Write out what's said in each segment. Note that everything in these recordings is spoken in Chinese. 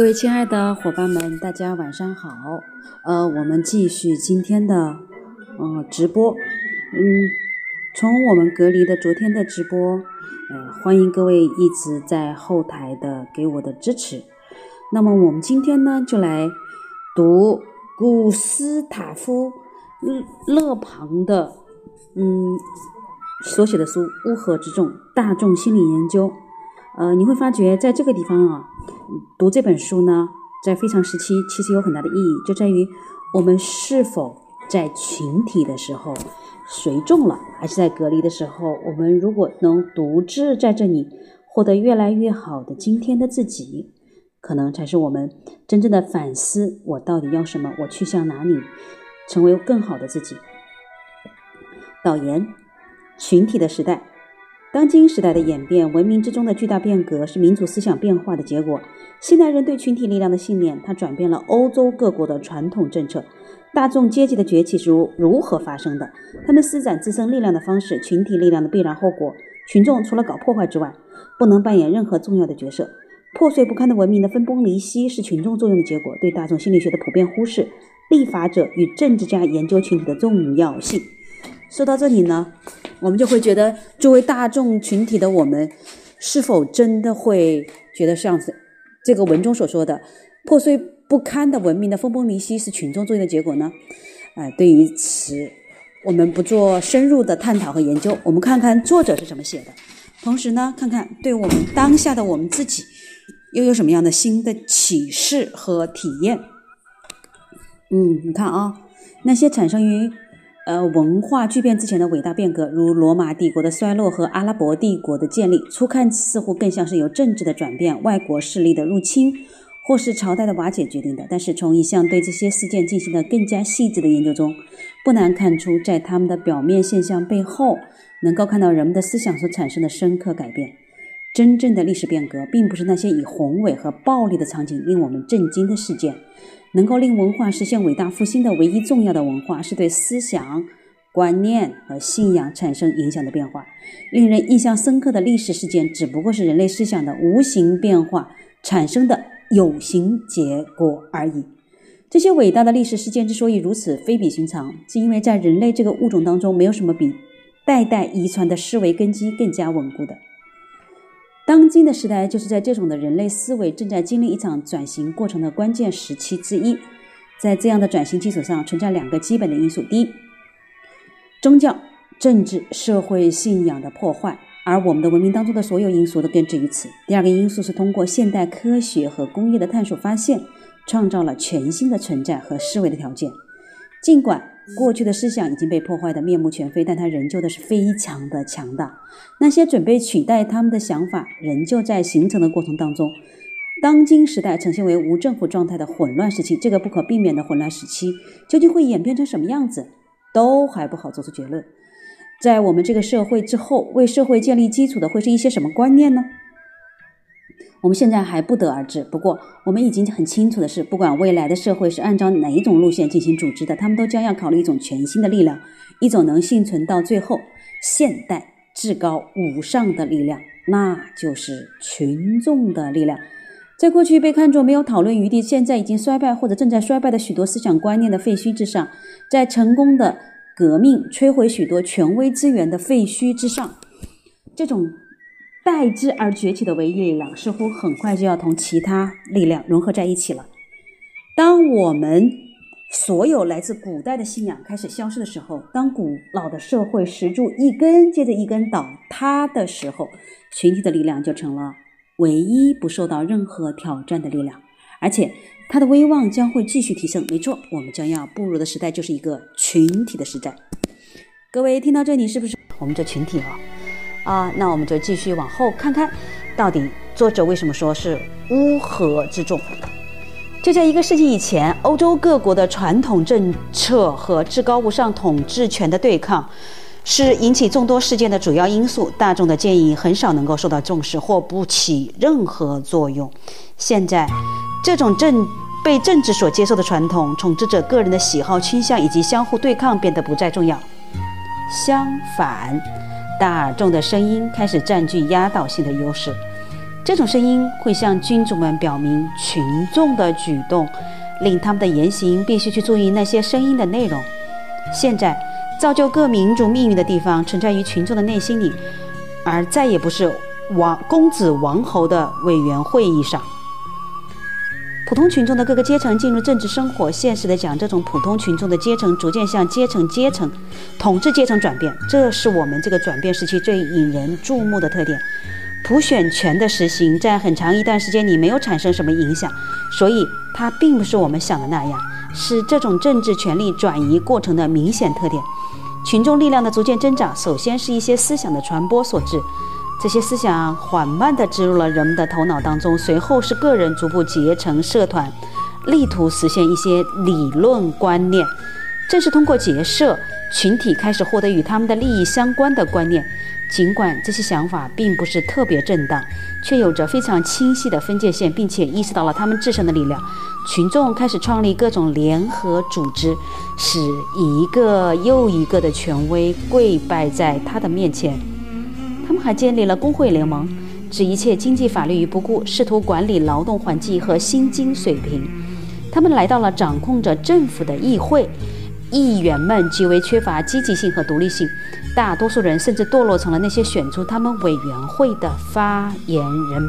各位亲爱的伙伴们，大家晚上好。我们继续今天的直播。从我们隔离的昨天的直播，欢迎各位一直在后台的给我的支持。那么我们今天呢，就来读古斯塔夫勒庞的所写的书《乌合之众：大众心理研究》。你会发觉在这个地方读这本书呢，在非常时期其实有很大的意义，就在于我们是否在群体的时候随众了，还是在隔离的时候，我们如果能独自在这里获得越来越好的今天的自己，可能才是我们真正的反思，我到底要什么，我去向哪里，成为更好的自己。导言：群体的时代。当今时代的演变，文明之中的巨大变革是民主思想变化的结果。现代人对群体力量的信念，它转变了欧洲各国的传统政策。大众阶级的崛起是如何发生的？他们施展自身力量的方式，群体力量的必然后果。群众除了搞破坏之外，不能扮演任何重要的角色。破碎不堪的文明的分崩离析是群众作用的结果，对大众心理学的普遍忽视，立法者与政治家研究群体的重要性。说到这里呢，我们就会觉得，作为大众群体的我们，是否真的会觉得像这个文中所说的破碎不堪的文明的分崩离析是群众作用的结果呢？对于此，我们不做深入的探讨和研究，我们看看作者是怎么写的，同时呢，看看对我们当下的我们自己又有什么样的新的启示和体验。你看那些产生于文化巨变之前的伟大变革，如罗马帝国的衰落和阿拉伯帝国的建立，初看似乎更像是由政治的转变、外国势力的入侵或是朝代的瓦解决定的。但是从一项对这些事件进行的更加细致的研究中，不难看出在他们的表面现象背后，能够看到人们的思想所产生的深刻改变。真正的历史变革并不是那些以宏伟和暴力的场景令我们震惊的事件，能够令文化实现伟大复兴的唯一重要的文化，是对思想、观念和信仰产生影响的变化。令人印象深刻的历史事件只不过是人类思想的无形变化产生的有形结果而已。这些伟大的历史事件之所以如此非比寻常，是因为在人类这个物种当中，没有什么比代代遗传的思维根基更加稳固的。当今的时代就是在这种的人类思维正在经历一场转型过程的关键时期之一。在这样的转型基础上，存在两个基本的因素：第一，宗教、政治、社会信仰的破坏，而我们的文明当中的所有因素都根植于此；第二个因素是通过现代科学和工业的探索发现，创造了全新的存在和思维的条件。尽管过去的思想已经被破坏的面目全非，但它仍旧的是非常的强大。那些准备取代他们的想法仍旧在形成的过程当中。当今时代呈现为无政府状态的混乱时期，这个不可避免的混乱时期究竟会演变成什么样子，都还不好做出结论。在我们这个社会之后，为社会建立基础的会是一些什么观念呢？我们现在还不得而知。不过我们已经很清楚的是，不管未来的社会是按照哪一种路线进行组织的，他们都将要考虑一种全新的力量，一种能幸存到最后、现代、至高无上的力量，那就是群众的力量。在过去被看作没有讨论余地，现在已经衰败或者正在衰败的许多思想观念的废墟之上，在成功的革命摧毁许多权威资源的废墟之上，这种代之而崛起的唯一力量似乎很快就要同其他力量融合在一起了。当我们所有来自古代的信仰开始消失的时候，当古老的社会石柱一根接着一根倒塌的时候，群体的力量就成了唯一不受到任何挑战的力量，而且它的威望将会继续提升。没错，我们将要步入的时代就是一个群体的时代。各位听到这里，是不是我们这群体那我们就继续往后看看，到底作者为什么说是乌合之众。就在1个世纪以前，欧洲各国的传统政策和至高无上统治权的对抗是引起众多事件的主要因素。大众的建议很少能够受到重视或不起任何作用。现在这种被政治所接受的传统，统治者个人的喜好倾向以及相互对抗变得不再重要。相反，大众的声音开始占据压倒性的优势。 这种声音会向君主们表明群众的举动，令他们的言行必须去注意那些声音的内容。现在造就各民族命运的地方存在于群众的内心里，而再也不是公子王侯的委员会议上。普通群众的各个阶层进入政治生活，现实的讲，这种普通群众的阶层逐渐向阶层统治阶层转变，这是我们这个转变时期最引人注目的特点。普选权的实行在很长一段时间里没有产生什么影响，所以它并不是我们想的那样，是这种政治权力转移过程的明显特点。群众力量的逐渐增长，首先是一些思想的传播所致，这些思想缓慢地植入了人们的头脑当中，随后是个人逐步结成社团，力图实现一些理论观念。正是通过结社，群体开始获得与他们的利益相关的观念，尽管这些想法并不是特别正当，却有着非常清晰的分界线，并且意识到了他们自身的力量。群众开始创立各种联合组织，使一个又一个的权威跪拜在他的面前。他们还建立了工会联盟，置一切经济法律于不顾，试图管理劳动环境和薪金水平。他们来到了掌控着政府的议会，议员们极为缺乏积极性和独立性，大多数人甚至堕落成了那些选出他们委员会的发言人。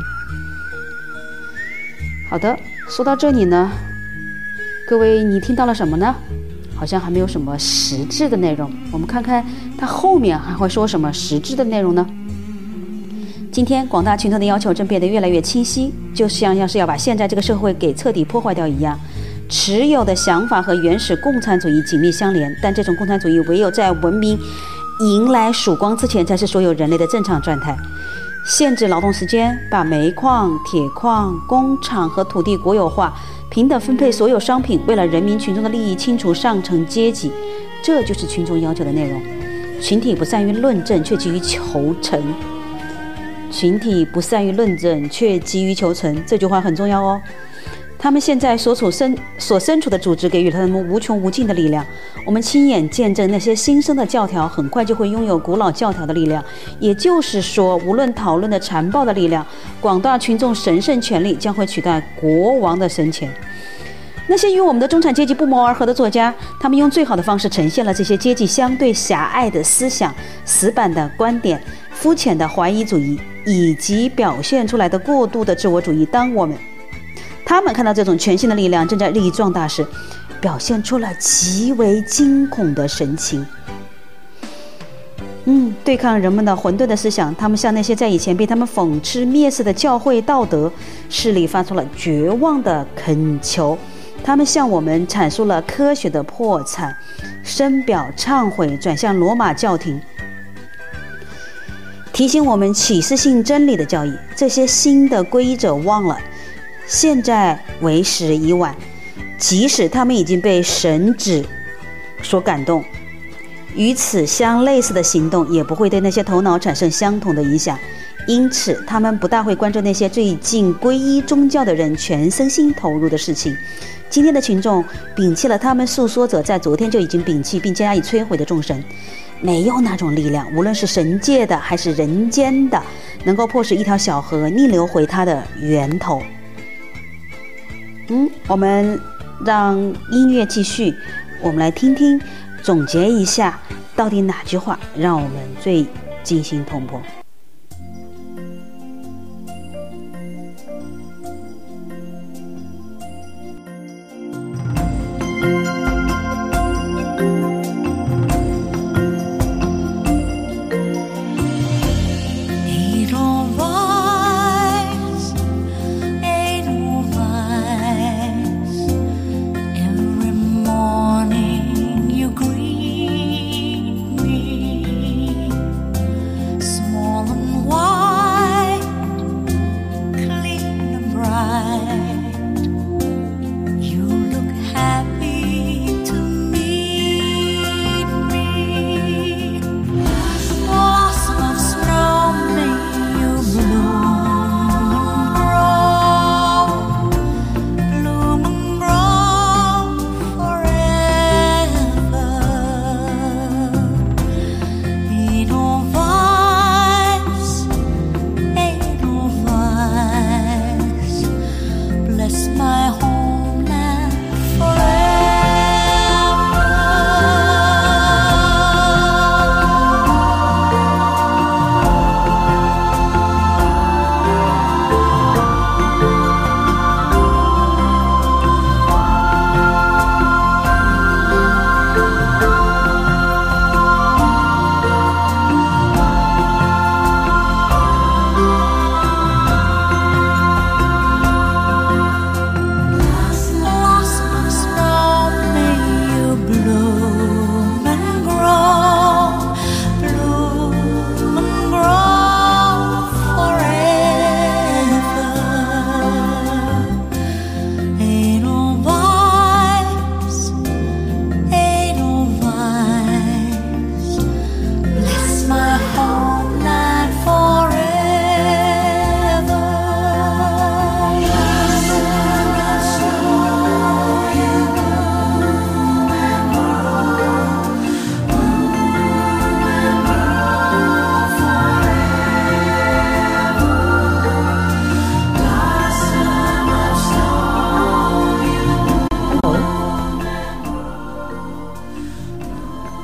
好的，说到这里呢，各位你听到了什么呢？好像还没有什么实质的内容，我们看看他后面还会说什么实质的内容呢？今天广大群众的要求正变得越来越清晰，就像是要把现在这个社会给彻底破坏掉一样。持有的想法和原始共产主义紧密相连，但这种共产主义唯有在文明迎来曙光之前，才是所有人类的正常状态。限制劳动时间，把煤矿、铁矿、工厂和土地国有化，平等分配所有商品，为了人民群众的利益清除上层阶级，这就是群众要求的内容。群体不善于论证，却急于求成。群体不善于论证，却急于求成，这句话很重要哦。他们现在所身处的组织给予了他们无穷无尽的力量。我们亲眼见证那些新生的教条很快就会拥有古老教条的力量，也就是说，无论讨论的残暴的力量，广大群众神圣权力将会取代国王的神权。那些与我们的中产阶级不谋而合的作家，他们用最好的方式呈现了这些阶级相对狭隘的思想、死板的观点、肤浅的怀疑主义，以及表现出来的过度的自我主义。当他们看到这种全新的力量正在日益壮大时，表现出了极为惊恐的神情。对抗人们的混沌的思想，他们向那些在以前被他们讽刺蔑视的教会道德势力发出了绝望的恳求。他们向我们阐述了科学的破产，深表忏悔，转向罗马教廷，提醒我们启示性真理的教义。这些新的皈依者忘了，现在为时已晚，即使他们已经被神旨所感动，与此相类似的行动也不会对那些头脑产生相同的影响。因此他们不大会关注那些最近皈依宗教的人全身心投入的事情。今天的群众摒弃了他们诉说者在昨天就已经摒弃并加以摧毁的众神，没有那种力量，无论是神界的还是人间的，能够迫使一条小河逆流回它的源头。我们让音乐继续，我们来听听，总结一下到底哪句话让我们最惊心痛魄。 Small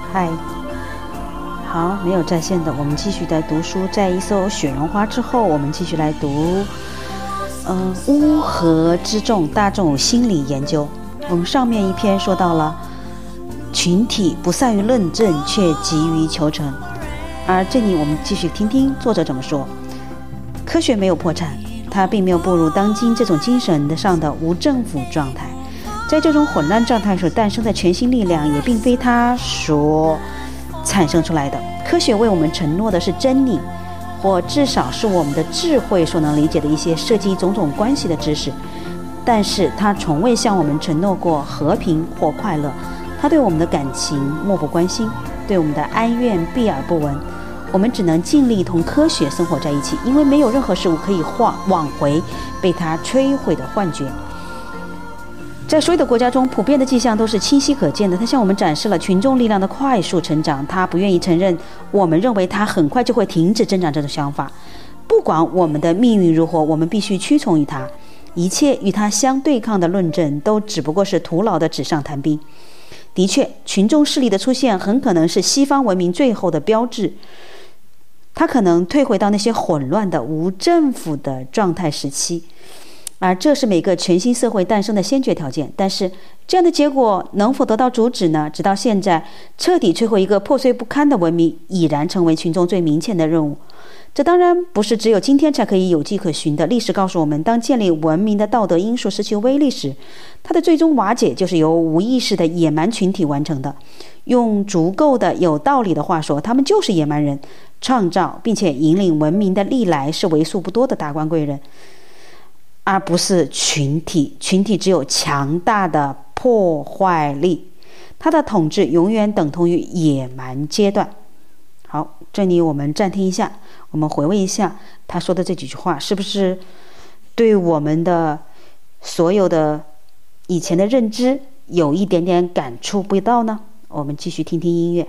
嗨，好，没有在线的，我们继续来读书。在一艘雪绒花之后，我们继续来读乌合之众大众心理研究。我们上面一篇说到了群体不善于论证，却急于求成。而这里我们继续听听作者怎么说。科学没有破产，它并没有步入当今这种精神上的无政府状态。在这种混乱状态所诞生的全新力量，也并非它所产生出来的。科学为我们承诺的是真理，或至少是我们的智慧所能理解的一些涉及种种关系的知识，但是它从未向我们承诺过和平或快乐。它对我们的感情漠不关心，对我们的哀怨避而不闻。我们只能尽力同科学生活在一起，因为没有任何事物可以挽回被它摧毁的幻觉。在所有的国家中，普遍的迹象都是清晰可见的。它向我们展示了群众力量的快速成长。它不愿意承认我们认为它很快就会停止增长这种想法。不管我们的命运如何，我们必须屈从于它。一切与它相对抗的论证都只不过是徒劳的纸上谈兵。的确，群众势力的出现很可能是西方文明最后的标志。它可能退回到那些混乱的无政府的状态时期，而这是每个全新社会诞生的先决条件。但是这样的结果能否得到阻止呢？直到现在，彻底摧毁一个破碎不堪的文明已然成为群众最明显的任务。这当然不是只有今天才可以有迹可循的。历史告诉我们，当建立文明的道德因素失去威力时，它的最终瓦解就是由无意识的野蛮群体完成的。用足够的有道理的话说，他们就是野蛮人，创造并且引领文明的历来是为数不多的达官贵人，而不是群体。群体只有强大的破坏力，它的统治永远等同于野蛮阶段。好，这里我们暂停一下，我们回味一下他说的这几句话，是不是对我们的所有的以前的认知有一点点感触不到呢？我们继续听听音乐。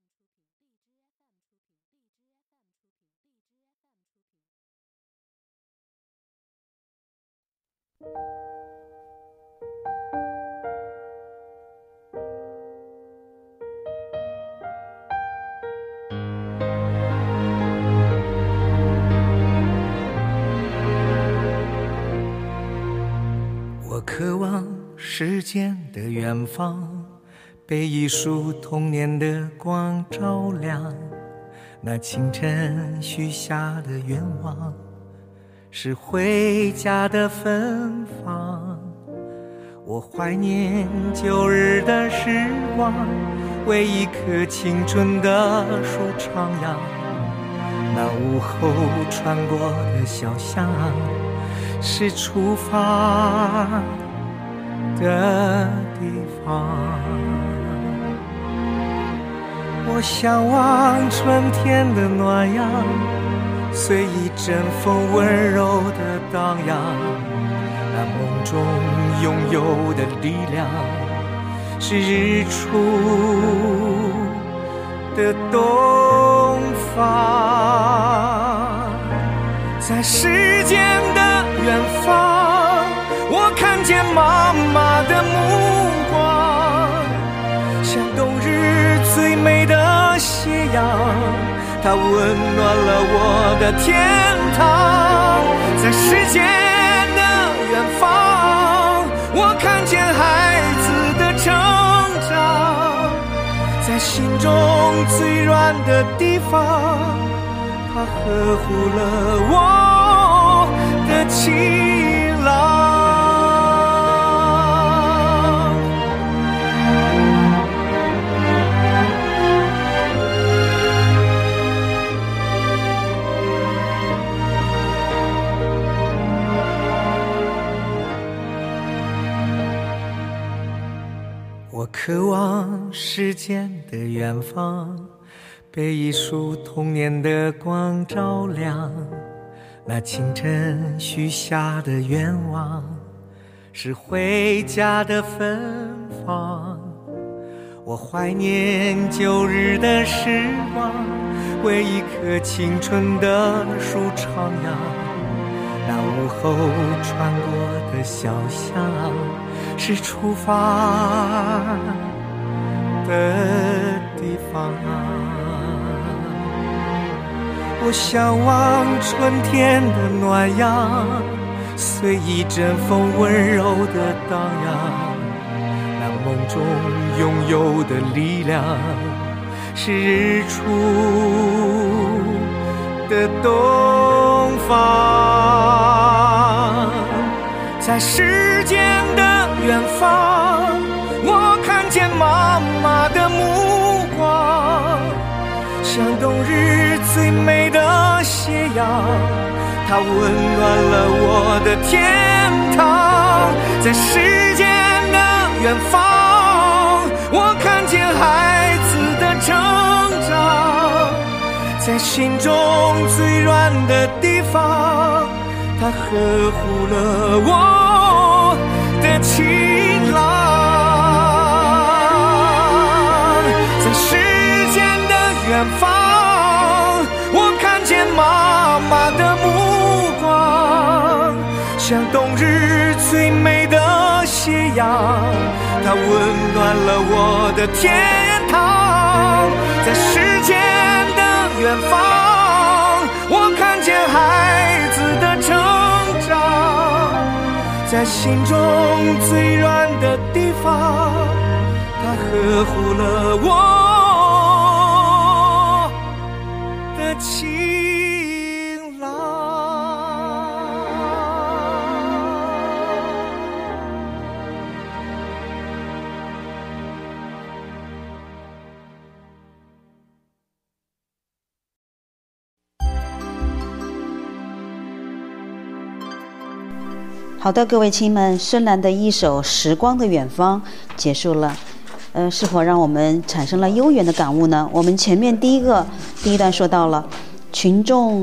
我渴望时间的远方，被一束童年的光照亮。那清晨许下的愿望，是回家的芬芳。我怀念旧日的时光，为一棵青春的树徜徉。那午后穿过的小巷，是出发的地方。我向往春天的暖阳，随一阵风温柔的荡漾。那梦中拥有的力量，是日出的东方。在时间的远方，我看见妈妈的目光，像冬日最美的斜阳，它温暖了我的天堂。在时间的远方，我看见孩子的成长，在心中最软的地方，它呵护了我的晴朗。我渴望时间的远方，被一束童年的光照亮。那清晨许下的愿望，是回家的芬芳。我怀念旧日的时光，为一棵青春的树徜徉。那午后穿过的小巷，是出发的地方。 我向往春天的暖阳，随一阵风温柔的荡漾。那梦中拥有的力量，是日出的东方。在时间的远方，我看见妈妈的目光，像冬日最美的斜阳，它温暖了我的天堂。在时间的远方，我看见孩子的成长，在心中最软的地方，它呵护了我的情郎。在时间的远方，我看见妈妈的目光，像冬日最美的斜阳，它温暖了我的天堂。在时间的远方，我看见孩子的成长，在心中最软的地方，它呵护了我的情郎。 好的，各位亲们，深蓝的一首《时光的远方》结束了。是否让我们产生了悠远的感悟呢？我们前面第一段说到了群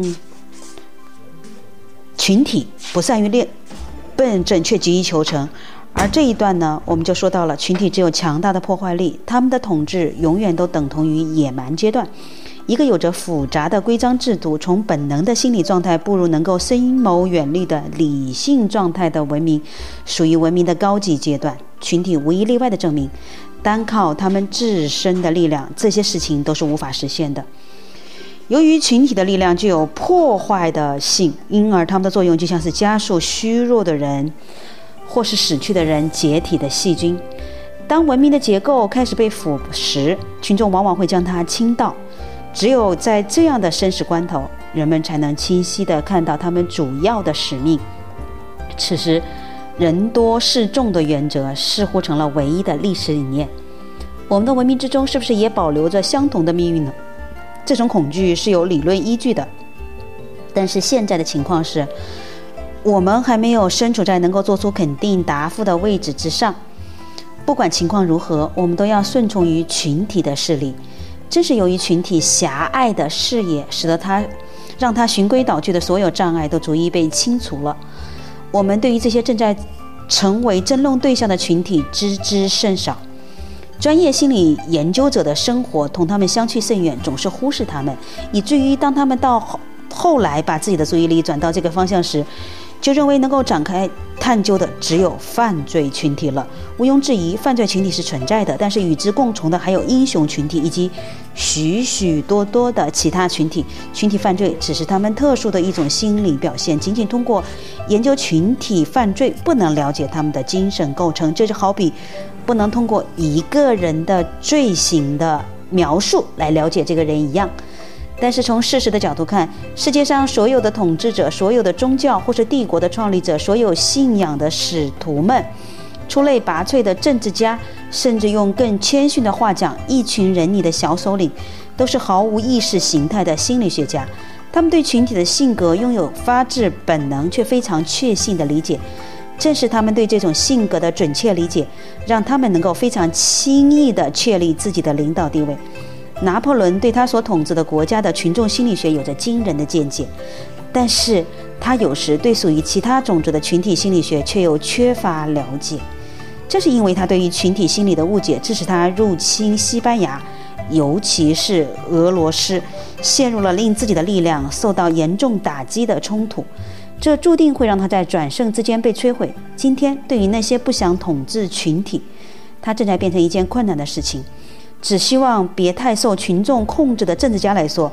体不善于辩证，却急于求成。而这一段呢，我们就说到了群体只有强大的破坏力，他们的统治永远都等同于野蛮阶段。一个有着复杂的规章制度，从本能的心理状态步入能够深谋远虑的理性状态的文明，属于文明的高级阶段。群体无一例外的证明，单靠他们自身的力量，这些事情都是无法实现的。由于群体的力量具有破坏的性，因而他们的作用就像是加速虚弱的人或是死去的人解体的细菌。当文明的结构开始被腐蚀，群众往往会将它倾倒。只有在这样的生死关头，人们才能清晰地看到他们主要的使命。此时，人多势众的原则似乎成了唯一的历史理念。我们的文明之中是不是也保留着相同的命运呢？这种恐惧是有理论依据的，但是现在的情况是，我们还没有身处在能够做出肯定答复的位置之上。不管情况如何，我们都要顺从于群体的势力。正是由于群体狭隘的视野，使得让他循规蹈矩的所有障碍都逐一被清除了。我们对于这些正在成为争论对象的群体知甚少。专业心理研究者的生活同他们相去甚远，总是忽视他们，以至于当他们到后来把自己的注意力转到这个方向时，就认为能够展开探究的只有犯罪群体了。毋庸置疑，犯罪群体是存在的，但是与之共存的还有英雄群体以及许许多多的其他群体。群体犯罪只是他们特殊的一种心理表现，仅仅通过研究群体犯罪不能了解他们的精神构成。这就好比不能通过一个人的罪行的描述来了解这个人一样。但是从事实的角度看，世界上所有的统治者，所有的宗教或是帝国的创立者，所有信仰的使徒们，出类拔萃的政治家，甚至用更谦逊的话讲，一群人里的小首领，都是毫无意识形态的心理学家。他们对群体的性格拥有发自本能却非常确信的理解。正是他们对这种性格的准确理解，让他们能够非常轻易地确立自己的领导地位。拿破仑对他所统治的国家的群众心理学有着惊人的见解，但是他有时对属于其他种族的群体心理学却又缺乏了解。这是因为他对于群体心理的误解，致使他入侵西班牙，尤其是俄罗斯，陷入了令自己的力量受到严重打击的冲突。这注定会让他在转瞬之间被摧毁。今天对于那些不想统治群体，他正在变成一件困难的事情。只希望别太受群众控制的政治家来说，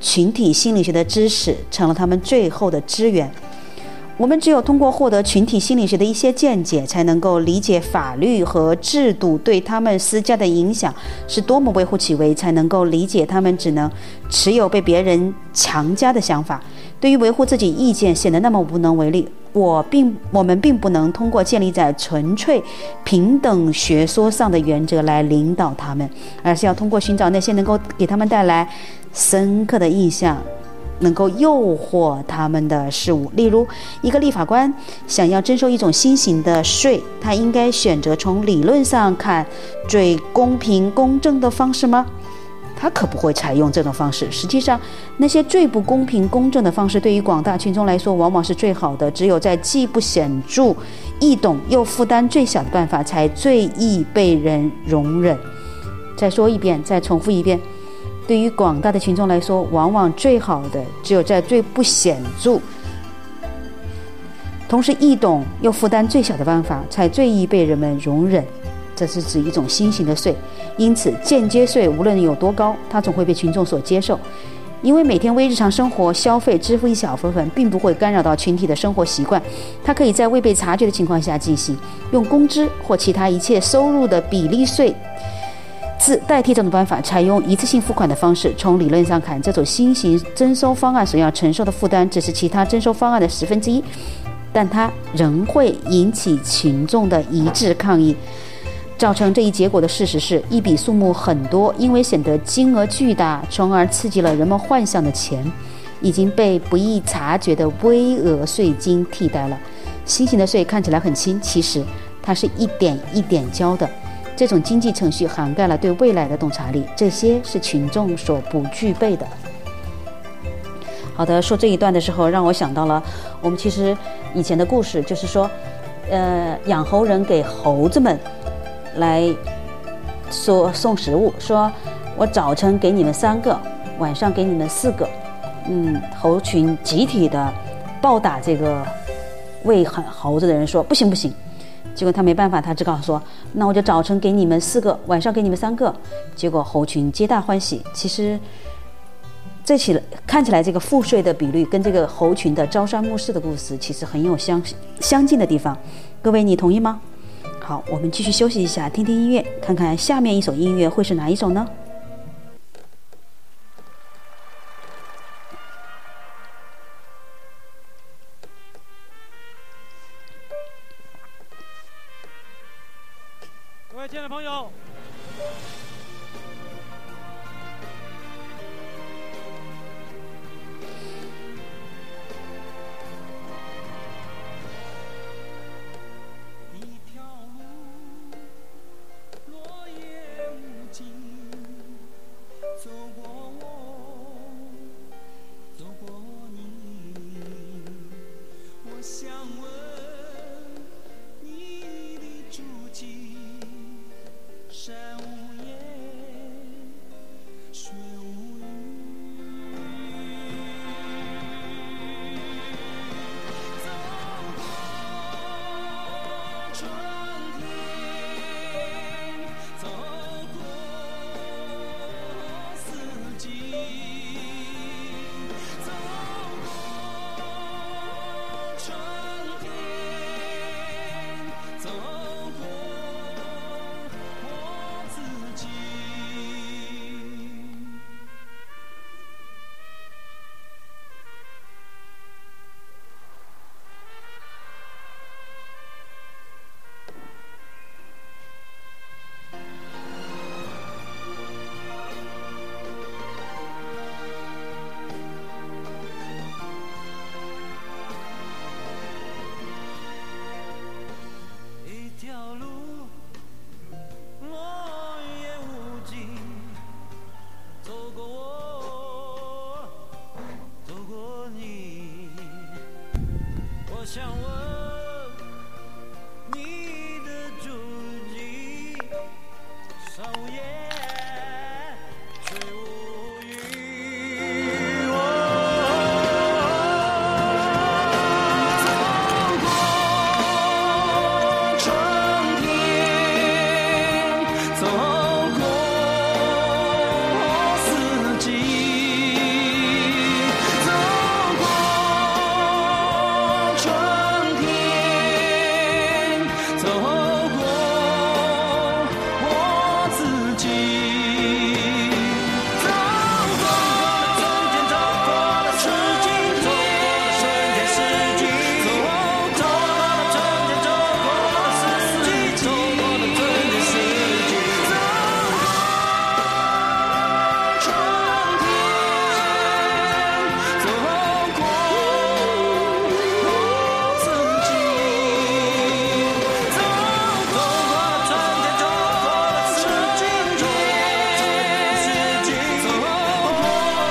群体心理学的知识成了他们最后的资源。我们只有通过获得群体心理学的一些见解，才能够理解法律和制度对他们施加的影响是多么微乎其微，才能够理解他们只能持有被别人强加的想法，对于维护自己意见显得那么无能为力。我们并不能通过建立在纯粹平等学说上的原则来领导他们，而是要通过寻找那些能够给他们带来深刻的印象，能够诱惑他们的事物。例如，一个立法官想要征收一种新型的税，他应该选择从理论上看最公平公正的方式吗？他可不会采用这种方式。实际上，那些最不公平公正的方式对于广大群众来说往往是最好的，只有在既不显著易懂又负担最小的办法才最易被人容忍。再说一遍，再重复一遍，对于广大的群众来说，往往最好的只有在最不显著同时易懂又负担最小的办法才最易被人们容忍。这是指一种新型的税，因此间接税无论有多高，它总会被群众所接受，因为每天为日常生活消费支付一小部分，并不会干扰到群体的生活习惯。它可以在未被察觉的情况下进行，用工资或其他一切收入的比例税代替这种办法，采用一次性付款的方式。从理论上看，这种新型征收方案所要承受的负担只是其他征收方案的1/10，但它仍会引起群众的一致抗议。造成这一结果的事实是，一笔数目很多，因为显得金额巨大，从而刺激了人们幻想的钱，已经被不易察觉的微额税金替代了。新型的税看起来很轻，其实它是一点一点交的。这种经济程序涵盖了对未来的洞察力，这些是群众所不具备的。好的，说这一段的时候，让我想到了我们其实以前的故事，就是说，养猴人给猴子们来送食物，说我早晨给你们3个，晚上给你们4个。猴群集体的暴打这个喂猴子的人，说不行不行。结果他没办法，他只好说，那我就早晨给你们4个，晚上给你们3个。结果猴群皆大欢喜。其实看起来这个赋税的比率跟这个猴群的朝三暮四的故事其实很有相近的地方。各位，你同意吗？好，我们继续休息一下，听听音乐，看看下面一首音乐会是哪一首呢？ 各位亲爱的朋友，山无言。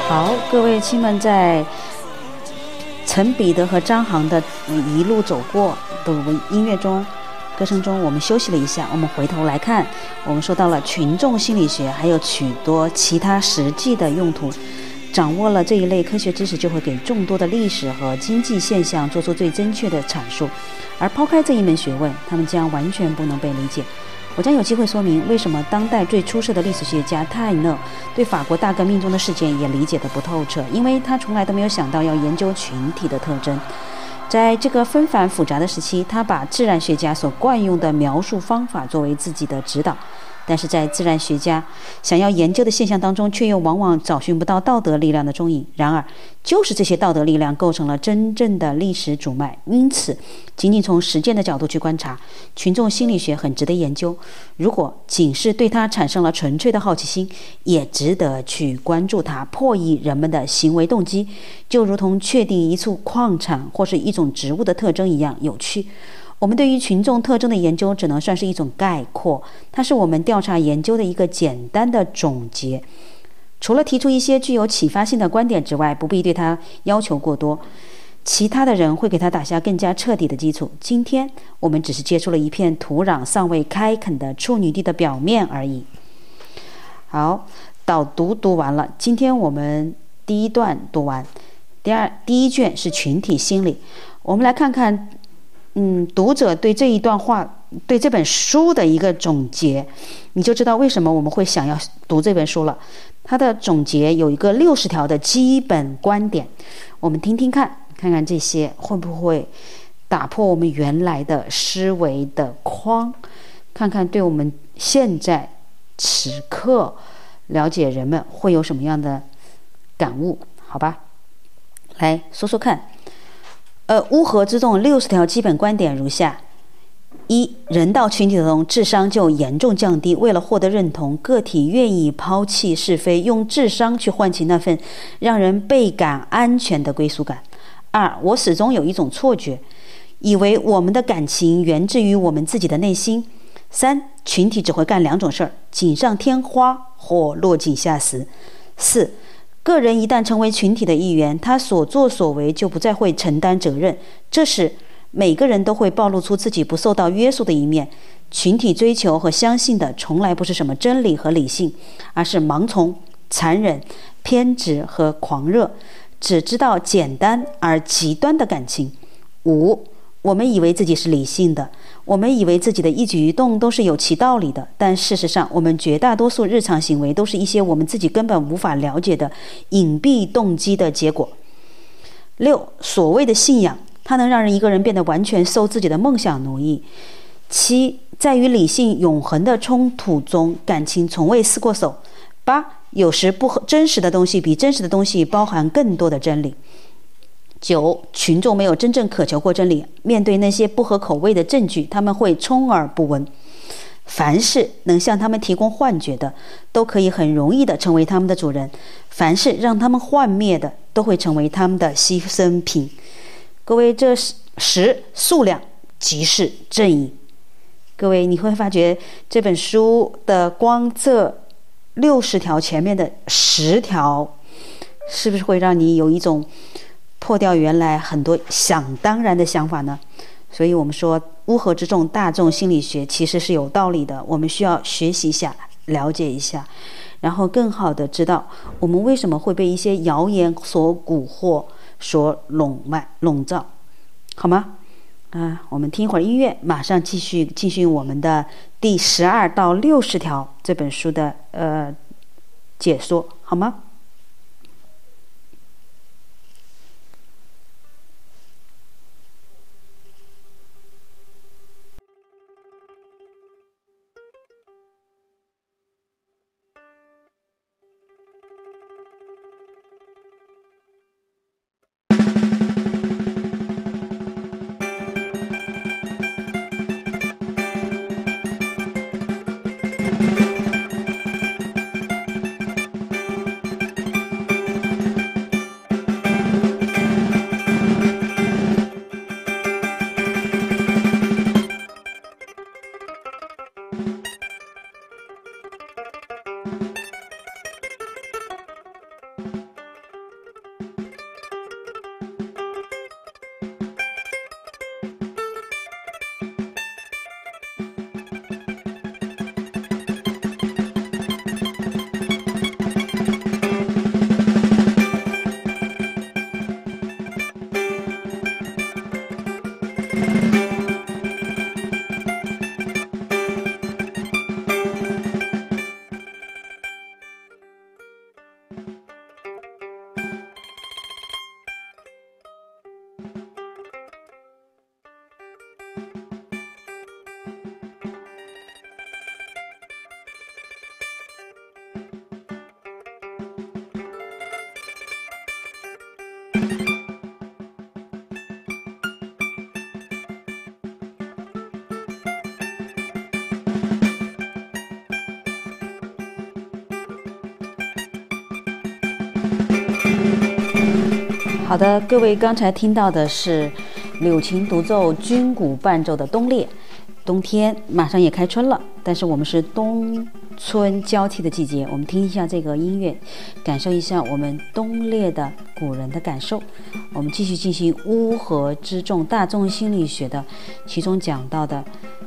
好，各位亲们，在陈彼得和张航的一路走过的音乐中、歌声中，我们休息了一下，我们回头来看，我们说到了群众心理学，还有许多其他实际的用途。掌握了这一类科学知识，就会给众多的历史和经济现象做出最正确的阐述，而抛开这一门学问，他们将完全不能被理解。我将有机会说明为什么当代最出色的历史学家泰勒对法国大革命中的事件也理解得不透彻，因为他从来都没有想到要研究群体的特征。在这个纷繁复杂的时期，他把自然学家所惯用的描述方法作为自己的指导，但是在自然学家想要研究的现象当中，却又往往找寻不到道德力量的踪影。然而，就是这些道德力量构成了真正的历史主脉。因此，仅仅从实践的角度去观察，群众心理学很值得研究。如果仅是对它产生了纯粹的好奇心，也值得去关注它，破译人们的行为动机，就如同确定一处矿产或是一种植物的特征一样有趣。我们对于群众特征的研究只能算是一种概括，它是我们调查研究的一个简单的总结。除了提出一些具有启发性的观点之外，不必对它要求过多，其他的人会给它打下更加彻底的基础。今天我们只是接触了一片土壤尚未开垦的处女地的表面而已。好，导读读完了，今天我们第一段读完，第一卷是群体心理。我们来看看读者对这一段话、对这本书的一个总结，你就知道为什么我们会想要读这本书了。它的总结有一个60条的基本观点，我们听听看，看看这些会不会打破我们原来的思维的框，看看对我们现在此刻了解人们会有什么样的感悟，好吧？来说说看。乌合之众60条基本观点如下：一、人到群体中，智商就严重降低。为了获得认同，个体愿意抛弃是非，用智商去换取那份让人倍感安全的归属感。二、我始终有一种错觉，以为我们的感情源自于我们自己的内心。三、群体只会干2种事儿：锦上添花或落井下石。四、个人一旦成为群体的一员，他所作所为就不再会承担责任，这时每个人都会暴露出自己不受到约束的一面。群体追求和相信的从来不是什么真理和理性，而是盲从、残忍、偏执和狂热，只知道简单而极端的感情。五、我们以为自己是理性的，我们以为自己的一举一动都是有其道理的，但事实上，我们绝大多数日常行为都是一些我们自己根本无法了解的隐蔽动机的结果。六、所谓的信仰，它能让一个人变得完全受自己的梦想奴役。七、在与理性永恒的冲突中，感情从未失过手。八、有时不真实的东西比真实的东西包含更多的真理。九、群众没有真正渴求过真理，面对那些不合口味的证据，他们会充耳不闻。凡是能向他们提供幻觉的，都可以很容易地成为他们的主人；凡是让他们幻灭的，都会成为他们的牺牲品。各位，这10数量即是正义。各位，你会发觉这本书的光这60条前面的10条，是不是会让你有一种破掉原来很多想当然的想法呢？所以我们说乌合之众大众心理学其实是有道理的，我们需要学习一下，了解一下，然后更好的知道我们为什么会被一些谣言所蛊惑、所笼罩，好吗？我们听一会儿音乐，马上继续进行我们的第12到60条这本书的解说，好吗？ 好的，各位刚才听到的是柳琴独奏、军鼓伴奏的《冬猎》。冬天马上也开春了，但是我们是冬春交替的季节，我们听一下这个音乐，感受一下我们冬猎的古人的感受。我们继续进行乌合之众大众心理学的其中讲到的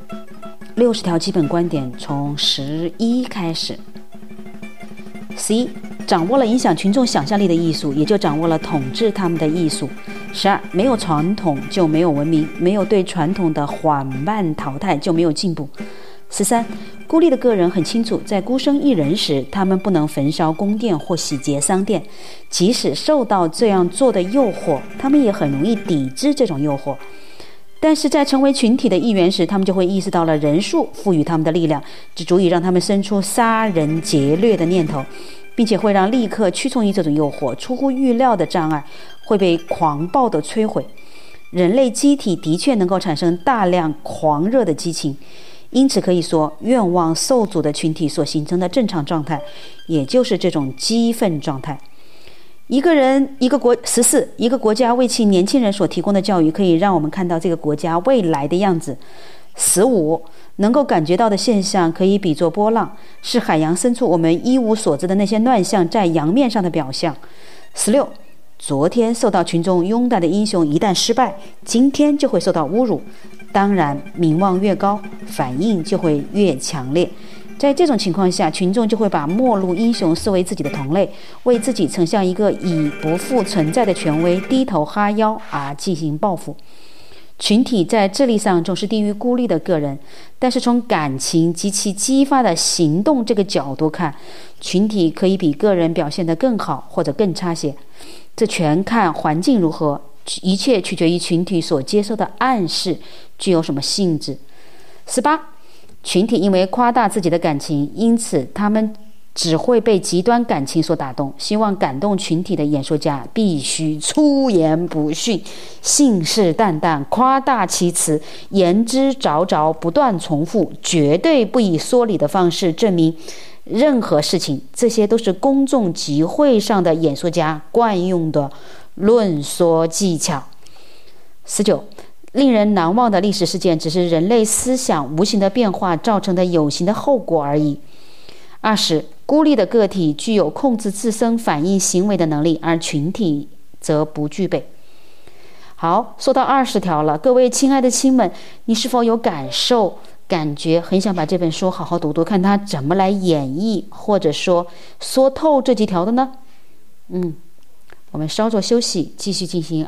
60条基本观点，从11开始。11，掌握了影响群众想象力的艺术，也就掌握了统治他们的艺术。12，没有传统就没有文明，没有对传统的缓慢淘汰就没有进步。13，孤立的个人很清楚，在孤身一人时，他们不能焚烧宫殿或洗劫商店，即使受到这样做的诱惑，他们也很容易抵制这种诱惑。但是在成为群体的一员时，他们就会意识到了人数赋予他们的力量，只足以让他们生出杀人劫掠的念头，并且会让立刻屈从于这种诱惑。出乎预料的障碍会被狂暴地摧毁。人类机体的确能够产生大量狂热的激情，因此可以说，愿望受阻的群体所形成的正常状态，也就是这种激愤状态。14，一个国家为其年轻人所提供的教育，可以让我们看到这个国家未来的样子。15，能够感觉到的现象可以比作波浪，是海洋深处我们一无所知的那些乱象在洋面上的表象。16，昨天受到群众拥戴的英雄一旦失败，今天就会受到侮辱。当然，名望越高，反应就会越强烈。在这种情况下，群众就会把末路英雄视为自己的同类，为自己呈现一个已不复存在的权威低头哈腰而进行报复。群体在智力上总是低于孤立的个人，但是从感情及其激发的行动这个角度看，群体可以比个人表现得更好或者更差些，这全看环境如何，一切取决于群体所接受的暗示具有什么性质。18，群体因为夸大自己的感情，因此他们只会被极端感情所打动。希望感动群体的演说家必须出言不逊，信誓旦旦，夸大其词，言之凿凿，不断重复，绝对不以说理的方式证明任何事情。这些都是公众集会上的演说家惯用的论说技巧。19，令人难忘的历史事件只是人类思想无形的变化造成的有形的后果而已。20，孤立的个体具有控制自身反应行为的能力，而群体则不具备。好，说到20条了，各位亲爱的亲们，你是否有感觉很想把这本书好好读读，看它怎么来演绎或者说透这几条的呢？我们稍作休息，继续进行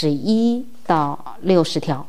21到60条。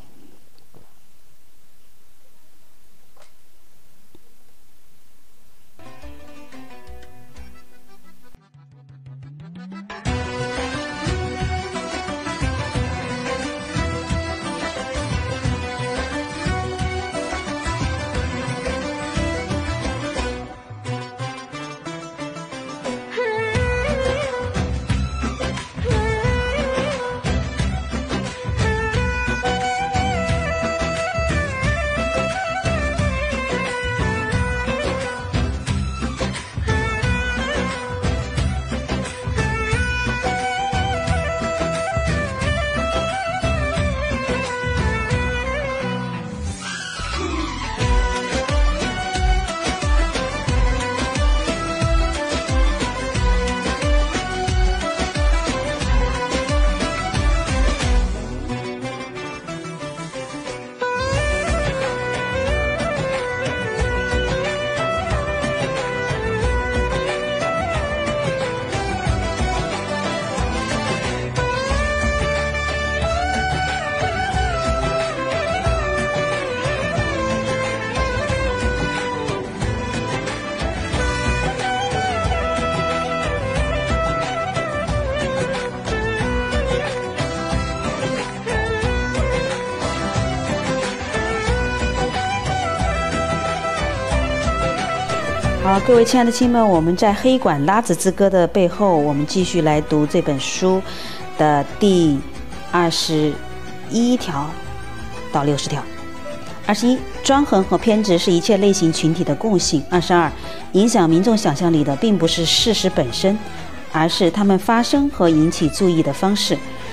好，各位亲爱的亲们，我们在黑管拉子之歌的背后，我们继续来读这本书的第21条到60条。21，专横和偏执是一切类型群体的共性。22，影响民众想象力的并不是事实本身，而是他们发生和引起注意的方式。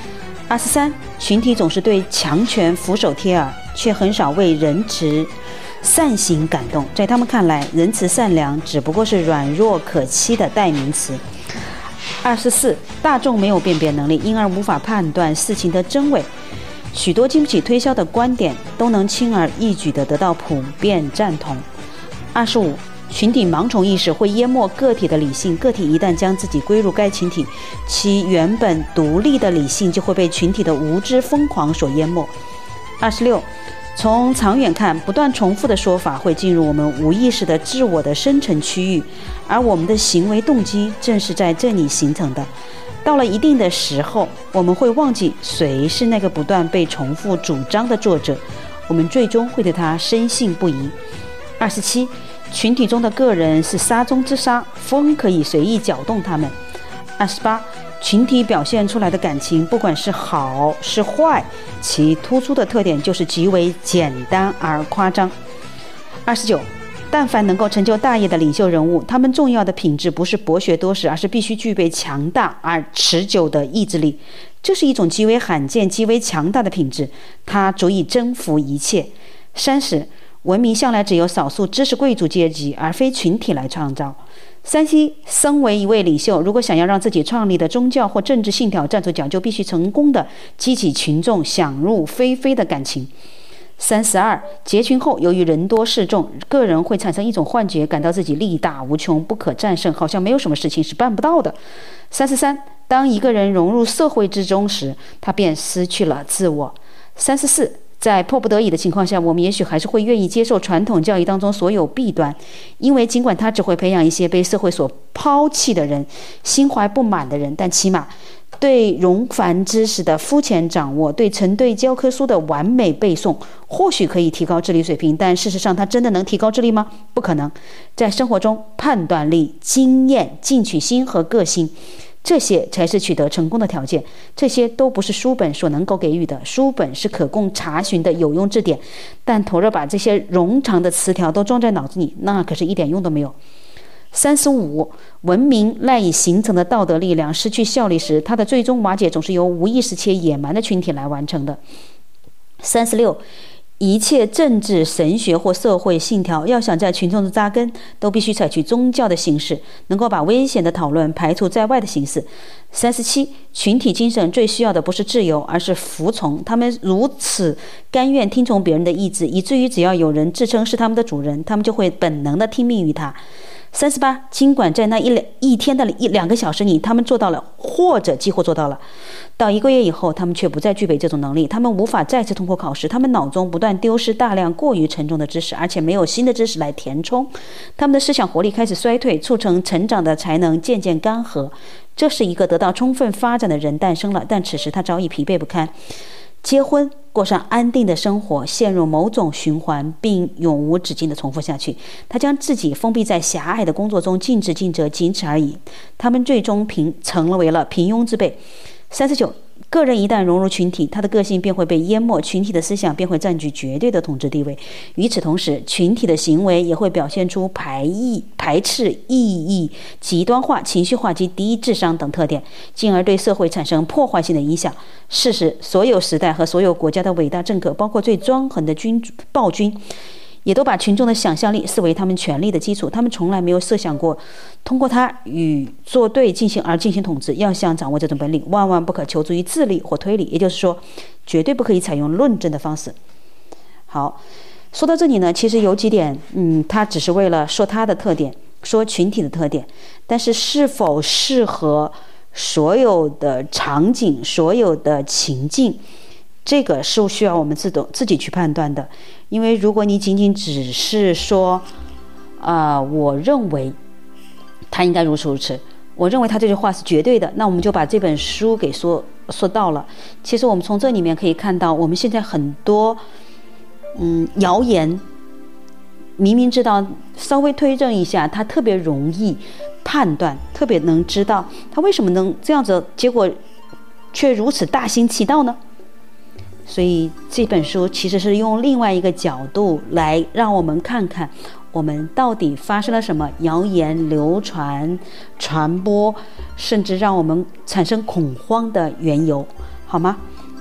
23，群体总是对强权俯首帖耳，却很少为仁慈善行感动。在他们看来，仁慈善良只不过是软弱可欺的代名词。24，大众没有辨别能力，因而无法判断事情的真伪。许多经不起推销的观点都能轻而易举地得到普遍赞同。25，群体盲从意识会淹没个体的理性，个体一旦将自己归入该群体，其原本独立的理性就会被群体的无知疯狂所淹没。26，从长远看，不断重复的说法会进入我们无意识的自我的深层区域，而我们的行为动机正是在这里形成的。到了一定的时候，我们会忘记谁是那个不断被重复主张的作者，我们最终会对他深信不疑。27，群体中的个人是沙中之沙，风可以随意搅动他们。28，群体表现出来的感情，不管是好是坏，其突出的特点就是极为简单而夸张。29，但凡能够成就大业的领袖人物，他们重要的品质不是博学多识，而是必须具备强大而持久的意志力。这是一种极为罕见、极为强大的品质，它足以征服一切。30，文明向来只由少数知识贵族阶级而非群体来创造。37，身为一位领袖，如果想要让自己创立的宗教或政治信条站住脚，就必须成功地激起群众想入非非的感情。32，结群后，由于人多势众，个人会产生一种幻觉，感到自己力大无穷，不可战胜，好像没有什么事情是办不到的。33，当一个人融入社会之中时，他便失去了自我。34，在迫不得已的情况下，我们也许还是会愿意接受传统教育当中所有弊端，因为尽管它只会培养一些被社会所抛弃的人，心怀不满的人，但起码对冗繁知识的肤浅掌握，对成对教科书的完美背诵，或许可以提高智力水平，但事实上它真的能提高智力吗？不可能。在生活中，判断力、经验、进取心和个性，这些才是取得成功的条件，这些都不是书本所能够给予的。书本是可供查询的有用字典，但倘若把这些冗长的词条都装在脑子里，那可是一点用都没有。35，文明赖以形成的道德力量失去效力时，它的最终瓦解总是由无意识且野蛮的群体来完成的。36，一切政治、神学或社会信条要想在群众中扎根，都必须采取宗教的形式，能够把危险的讨论排除在外的形式。37，群体精神最需要的不是自由，而是服从。他们如此甘愿听从别人的意志，以至于只要有人自称是他们的主人，他们就会本能地听命于他。38，尽管在那一天的1-2个小时里，他们做到了，或者几乎做到了，到1个月以后，他们却不再具备这种能力，他们无法再次通过考试，他们脑中不断丢失大量过于沉重的知识，而且没有新的知识来填充，他们的思想活力开始衰退，促成成长的才能渐渐干涸。这是一个得到充分发展的人诞生了，但此时他早已疲惫不堪。结婚，过上安定的生活，陷入某种循环，并永无止境地重复下去。他将自己封闭在狭隘的工作中，尽职尽责，仅此而已。他们最终成为了平庸之辈。39，个人一旦融入群体，他的个性便会被淹没，群体的思想便会占据绝对的统治地位。与此同时，群体的行为也会表现出排斥、异议、极端化、情绪化及低智商等特点，进而对社会产生破坏性的影响。事实，所有时代和所有国家的伟大政客，包括最专横的暴君，也都把群众的想象力视为他们权力的基础。他们从来没有设想过通过它与作对进行统治。要想掌握这种本领，万万不可求助于智力或推理，也就是说，绝对不可以采用论证的方式。好，说到这里呢，其实有几点，它只是为了说它的特点，说群体的特点，但是是否适合所有的场景、所有的情境，这个是需要我们自己去判断的。因为如果你仅仅只是说我认为他应该如此如此，我认为他这句话是绝对的，那我们就把这本书给说到了。其实我们从这里面可以看到，我们现在很多谣言，明明知道稍微推证一下，他特别容易判断，特别能知道他为什么能这样子，结果却如此大行其道呢？所以这本书其实是用另外一个角度来让我们看看我们到底发生了什么谣言流传播，甚至让我们产生恐慌的缘由，好吗？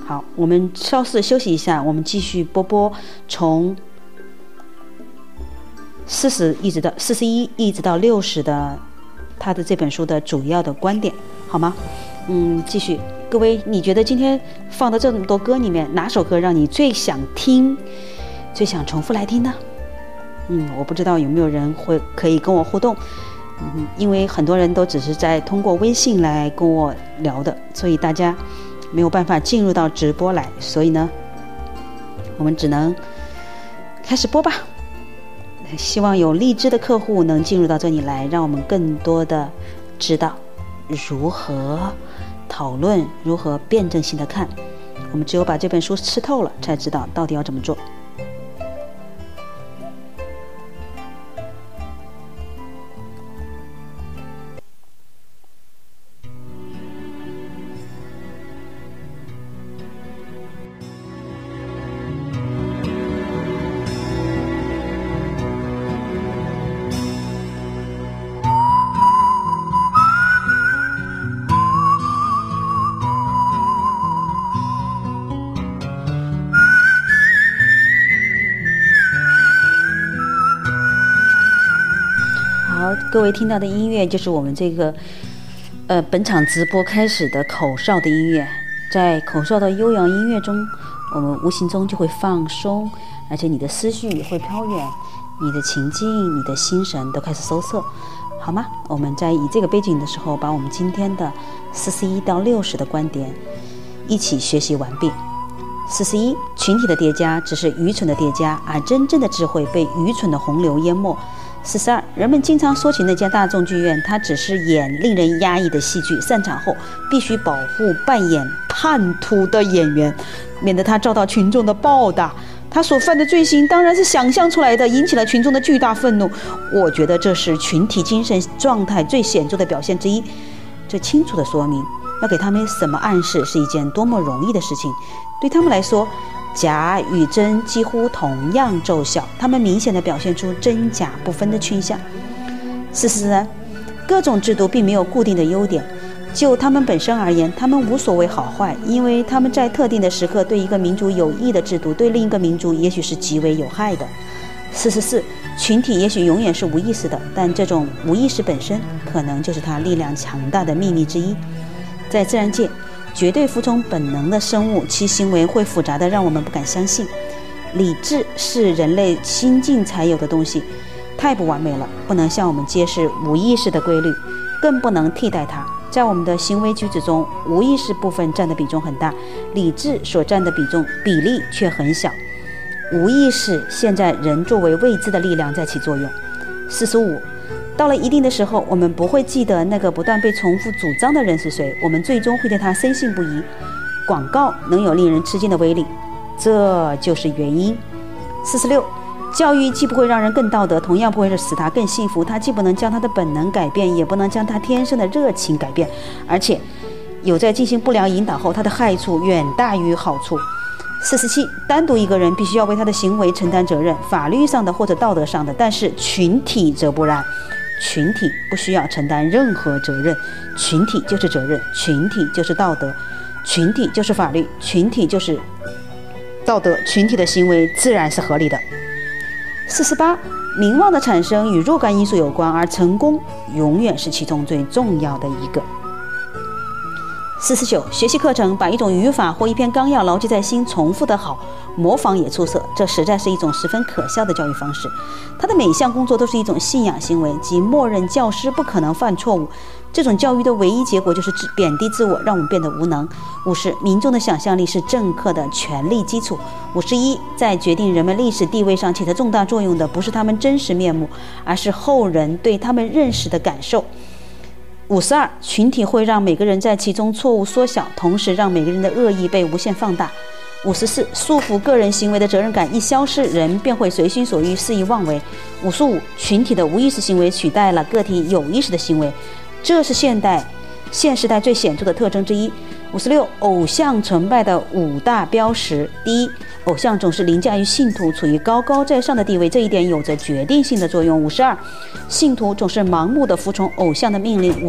好，我们稍事休息一下，我们继续播从41一直到60的他的这本书的主要的观点，好吗？继续。各位，你觉得今天放的这么多歌里面，哪首歌让你最想听，最想重复来听呢？我不知道有没有人可以跟我互动。因为很多人都只是在通过微信来跟我聊的，所以大家没有办法进入到直播来，所以呢，我们只能开始播吧。希望有荔枝的客户能进入到这里来，让我们更多的知道如何讨论，如何辩证性的看。我们只有把这本书吃透了，才知道到底要怎么做。各位听到的音乐就是我们这个本场直播开始的口哨的音乐。在口哨的悠扬音乐中，我们无形中就会放松，而且你的思绪也会飘远，你的情境、你的心神都开始收摄，好吗？我们在以这个背景的时候，把我们今天的41到60的观点一起学习完毕。41，群体的叠加只是愚蠢的叠加，而真正的智慧被愚蠢的洪流淹没。42，人们经常说起那家大众剧院，它只是演令人压抑的戏剧，散场后必须保护扮演叛徒的演员，免得他遭到群众的暴打。他所犯的罪行当然是想象出来的，引起了群众的巨大愤怒。我觉得这是群体精神状态最显著的表现之一。这清楚地说明，要给他们什么暗示是一件多么容易的事情。对他们来说，假与真几乎同样奏效，他们明显地表现出真假不分的倾向。43，各种制度并没有固定的优点，就他们本身而言，他们无所谓好坏，因为他们在特定的时刻对一个民族有益的制度，对另一个民族也许是极为有害的。44，群体也许永远是无意识的，但这种无意识本身可能就是它力量强大的秘密之一。在自然界，绝对服从本能的生物，其行为会复杂的让我们不敢相信。理智是人类心境才有的东西，太不完美了，不能向我们揭示无意识的规律，更不能替代它。在我们的行为举止中，无意识部分占的比重很大，理智所占的比例却很小。无意识现在人作为未知的力量在起作用。45，到了一定的时候，我们不会记得那个不断被重复主张的人是谁，我们最终会对他深信不疑。广告能有令人吃惊的威力，这就是原因。46，教育既不会让人更道德，同样不会使他更幸福。他既不能将他的本能改变，也不能将他天生的热情改变，而且有在进行不良引导后，他的害处远大于好处。47，单独一个人必须要为他的行为承担责任，法律上的或者道德上的，但是群体则不然。群体不需要承担任何责任，群体就是责任，群体就是道德，群体就是法律，群体就是道德，群体的行为自然是合理的。48，名望的产生与若干因素有关，而成功永远是其中最重要的一个。49，学习课程把一种语法或一篇纲要牢记在心，重复的好，模仿也出色，这实在是一种十分可笑的教育方式。他的每项工作都是一种信仰行为，即默认教师不可能犯错误。这种教育的唯一结果就是贬低自我，让我们变得无能。50，民众的想象力是政客的权力基础。51，在决定人们历史地位上起着重大作用的不是他们真实面目，而是后人对他们认识的感受。52，群体会让每个人在其中错误缩小，同时让每个人的恶意被无限放大。54，束缚个人行为的责任感一消失，人便会随心所欲，肆意妄为。55，群体的无意识行为取代了个体有意识的行为，这是现时代最显著的特征之一。56，偶像崇拜的5大标识。第一，偶像总是凌驾于信徒，处于高高在上的地位，这一点有着决定性的作用。52，信徒总是盲目地服从偶像的命令。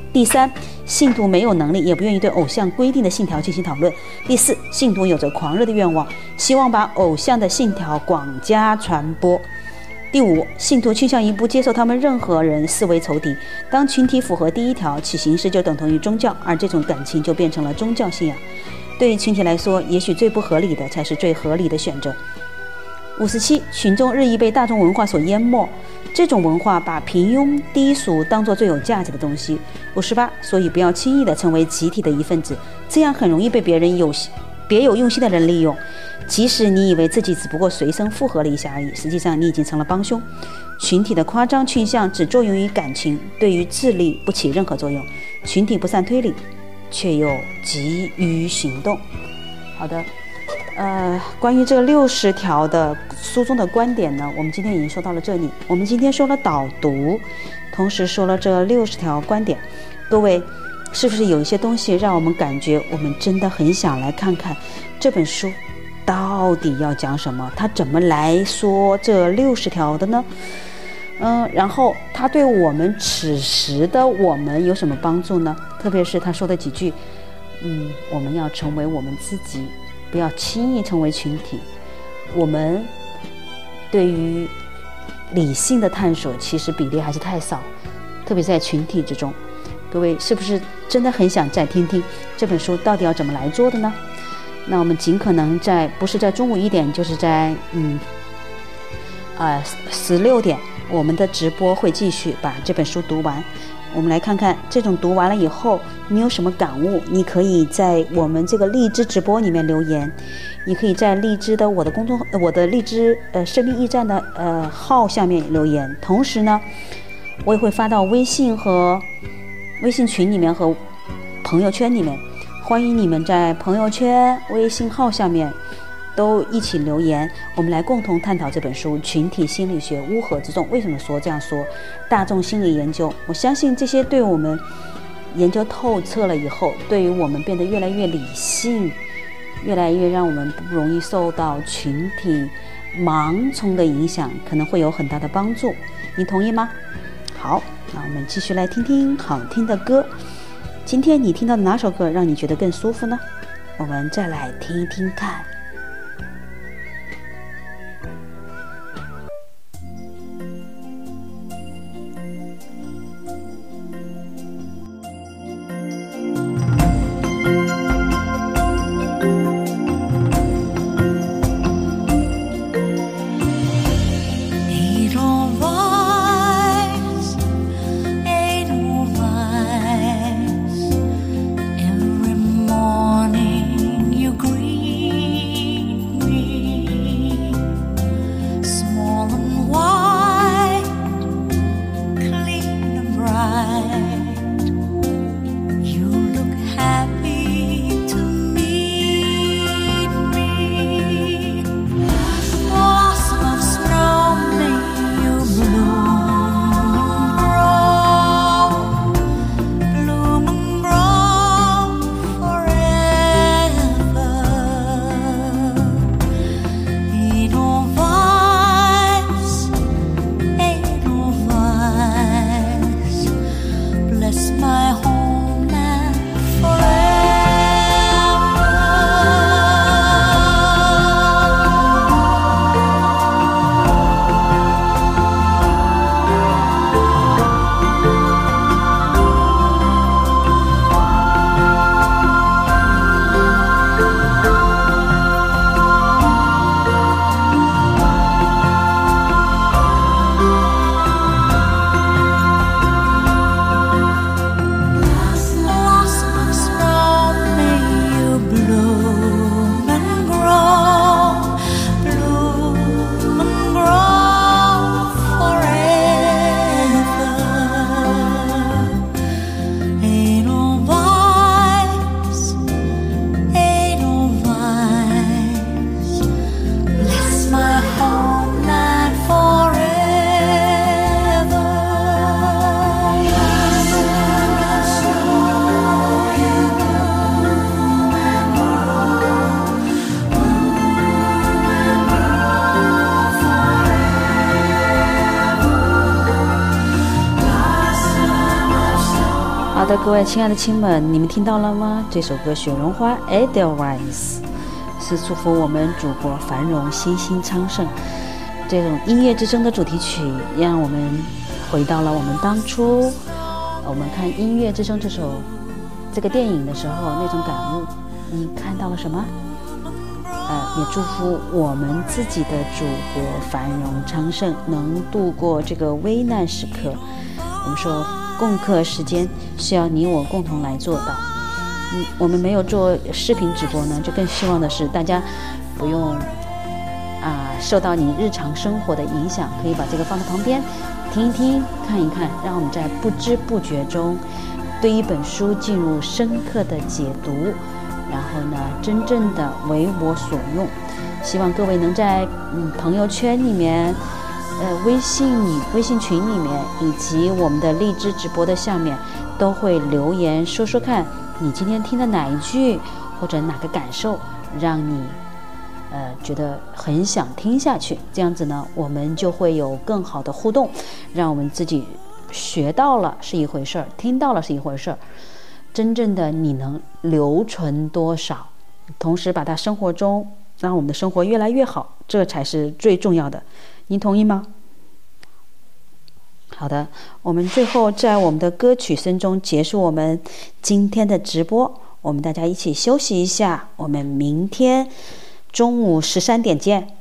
第三，信徒没有能力也不愿意对偶像规定的信条进行讨论。第四，信徒有着狂热的愿望，希望把偶像的信条广加传播。第五，信徒倾向于不接受他们任何人视为仇敌。当群体符合第一条，其形式就等同于宗教，而这种感情就变成了宗教信仰。对于群体来说，也许最不合理的才是最合理的选择。57，群众日益被大众文化所淹没，这种文化把平庸低俗当作最有价值的东西。58，所以不要轻易地成为集体的一份子，这样很容易被别有用心的人利用。即使你以为自己只不过随声附和了一下而已，实际上你已经成了帮凶。群体的夸张倾向只作用于感情，对于智力不起任何作用。群体不善推理，却又急于行动。好的，关于这60条的书中的观点呢，我们今天已经说到了这里。我们今天说了导读，同时说了这60条观点。各位，是不是有一些东西让我们感觉我们真的很想来看看这本书到底要讲什么？他怎么来说这60条的呢？然后他对我们此时的我们有什么帮助呢？特别是他说的几句，我们要成为我们自己，不要轻易成为群体。我们对于理性的探索其实比例还是太少，特别在群体之中。各位是不是真的很想再听听这本书到底要怎么来做的呢？那我们尽可能不是在中午1点，就是在16点，我们的直播会继续把这本书读完。我们来看看这种读完了以后你有什么感悟。你可以在我们这个荔枝直播里面留言，你可以在荔枝的我的荔枝生命驿站的号下面留言。同时呢，我也会发到微信群里面和朋友圈里面，欢迎你们在朋友圈、微信号下面都一起留言，我们来共同探讨这本书《群体心理学：乌合之众》。为什么说这样说？大众心理研究，我相信这些对我们研究透彻了以后，对于我们变得越来越理性，越来越让我们不容易受到群体盲从的影响，可能会有很大的帮助。你同意吗？好，那我们继续来听听好听的歌。今天你听到的哪首歌让你觉得更舒服呢？我们再来听一听看。 Every morning you greet 的，各位亲爱的亲们，你们听到了吗？这首歌《雪绒花》Edelweiss 是祝福我们祖国繁荣欣欣昌盛。这种音乐之声的主题曲让我们回到了我们当初我们看音乐之声这个电影的时候那种感悟。你看到了什么？也祝福我们自己的祖国繁荣昌盛，能度过这个危难时刻。我们说共克时间需要你我共同来做到。我们没有做视频直播呢，就更希望的是大家不用受到你日常生活的影响，可以把这个放在旁边听一听看一看，让我们在不知不觉中对一本书进入深刻的解读，然后呢真正的为我所用。希望各位能在朋友圈里面微信群里面以及我们的荔枝直播的下面都会留言说说看你今天听的哪一句或者哪个感受让你觉得很想听下去。这样子呢我们就会有更好的互动，让我们自己学到了是一回事儿，听到了是一回事儿，真正的你能留存多少，同时把它生活中让我们的生活越来越好，这才是最重要的。您同意吗？好的，我们最后在我们的歌曲声中结束我们今天的直播，我们大家一起休息一下，我们明天中午13点见。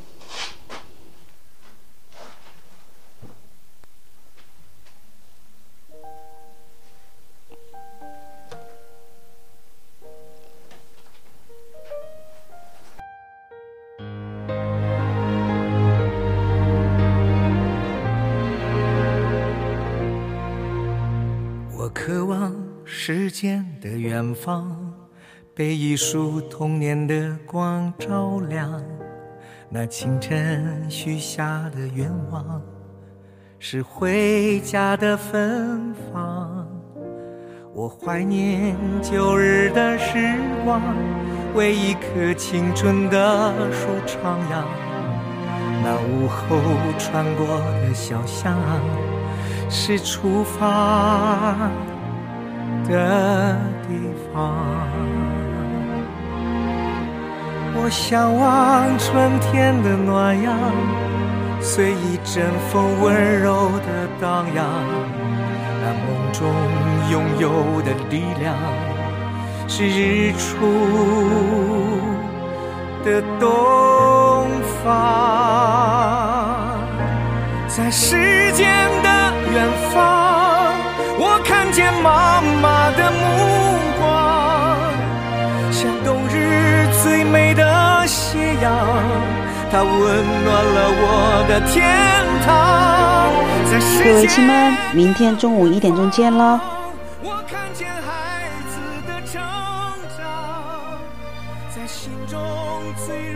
我渴望时间的远方，被一束童年的光照亮。那清晨许下的愿望，是回家的芬芳。我怀念旧日的时光，为一棵青春的树徜徉。那午后穿过的小巷，是出发的地方。我向往春天的暖阳，随一阵风温柔的荡漾。那梦中拥有的力量，是日出的东方。在时间的远方，我看见妈妈的目光，像冬日最美的斜阳，它温暖了我的天堂。在时间， 各位亲们，明天中午1点钟见了。 我看见孩子的成长，在心中最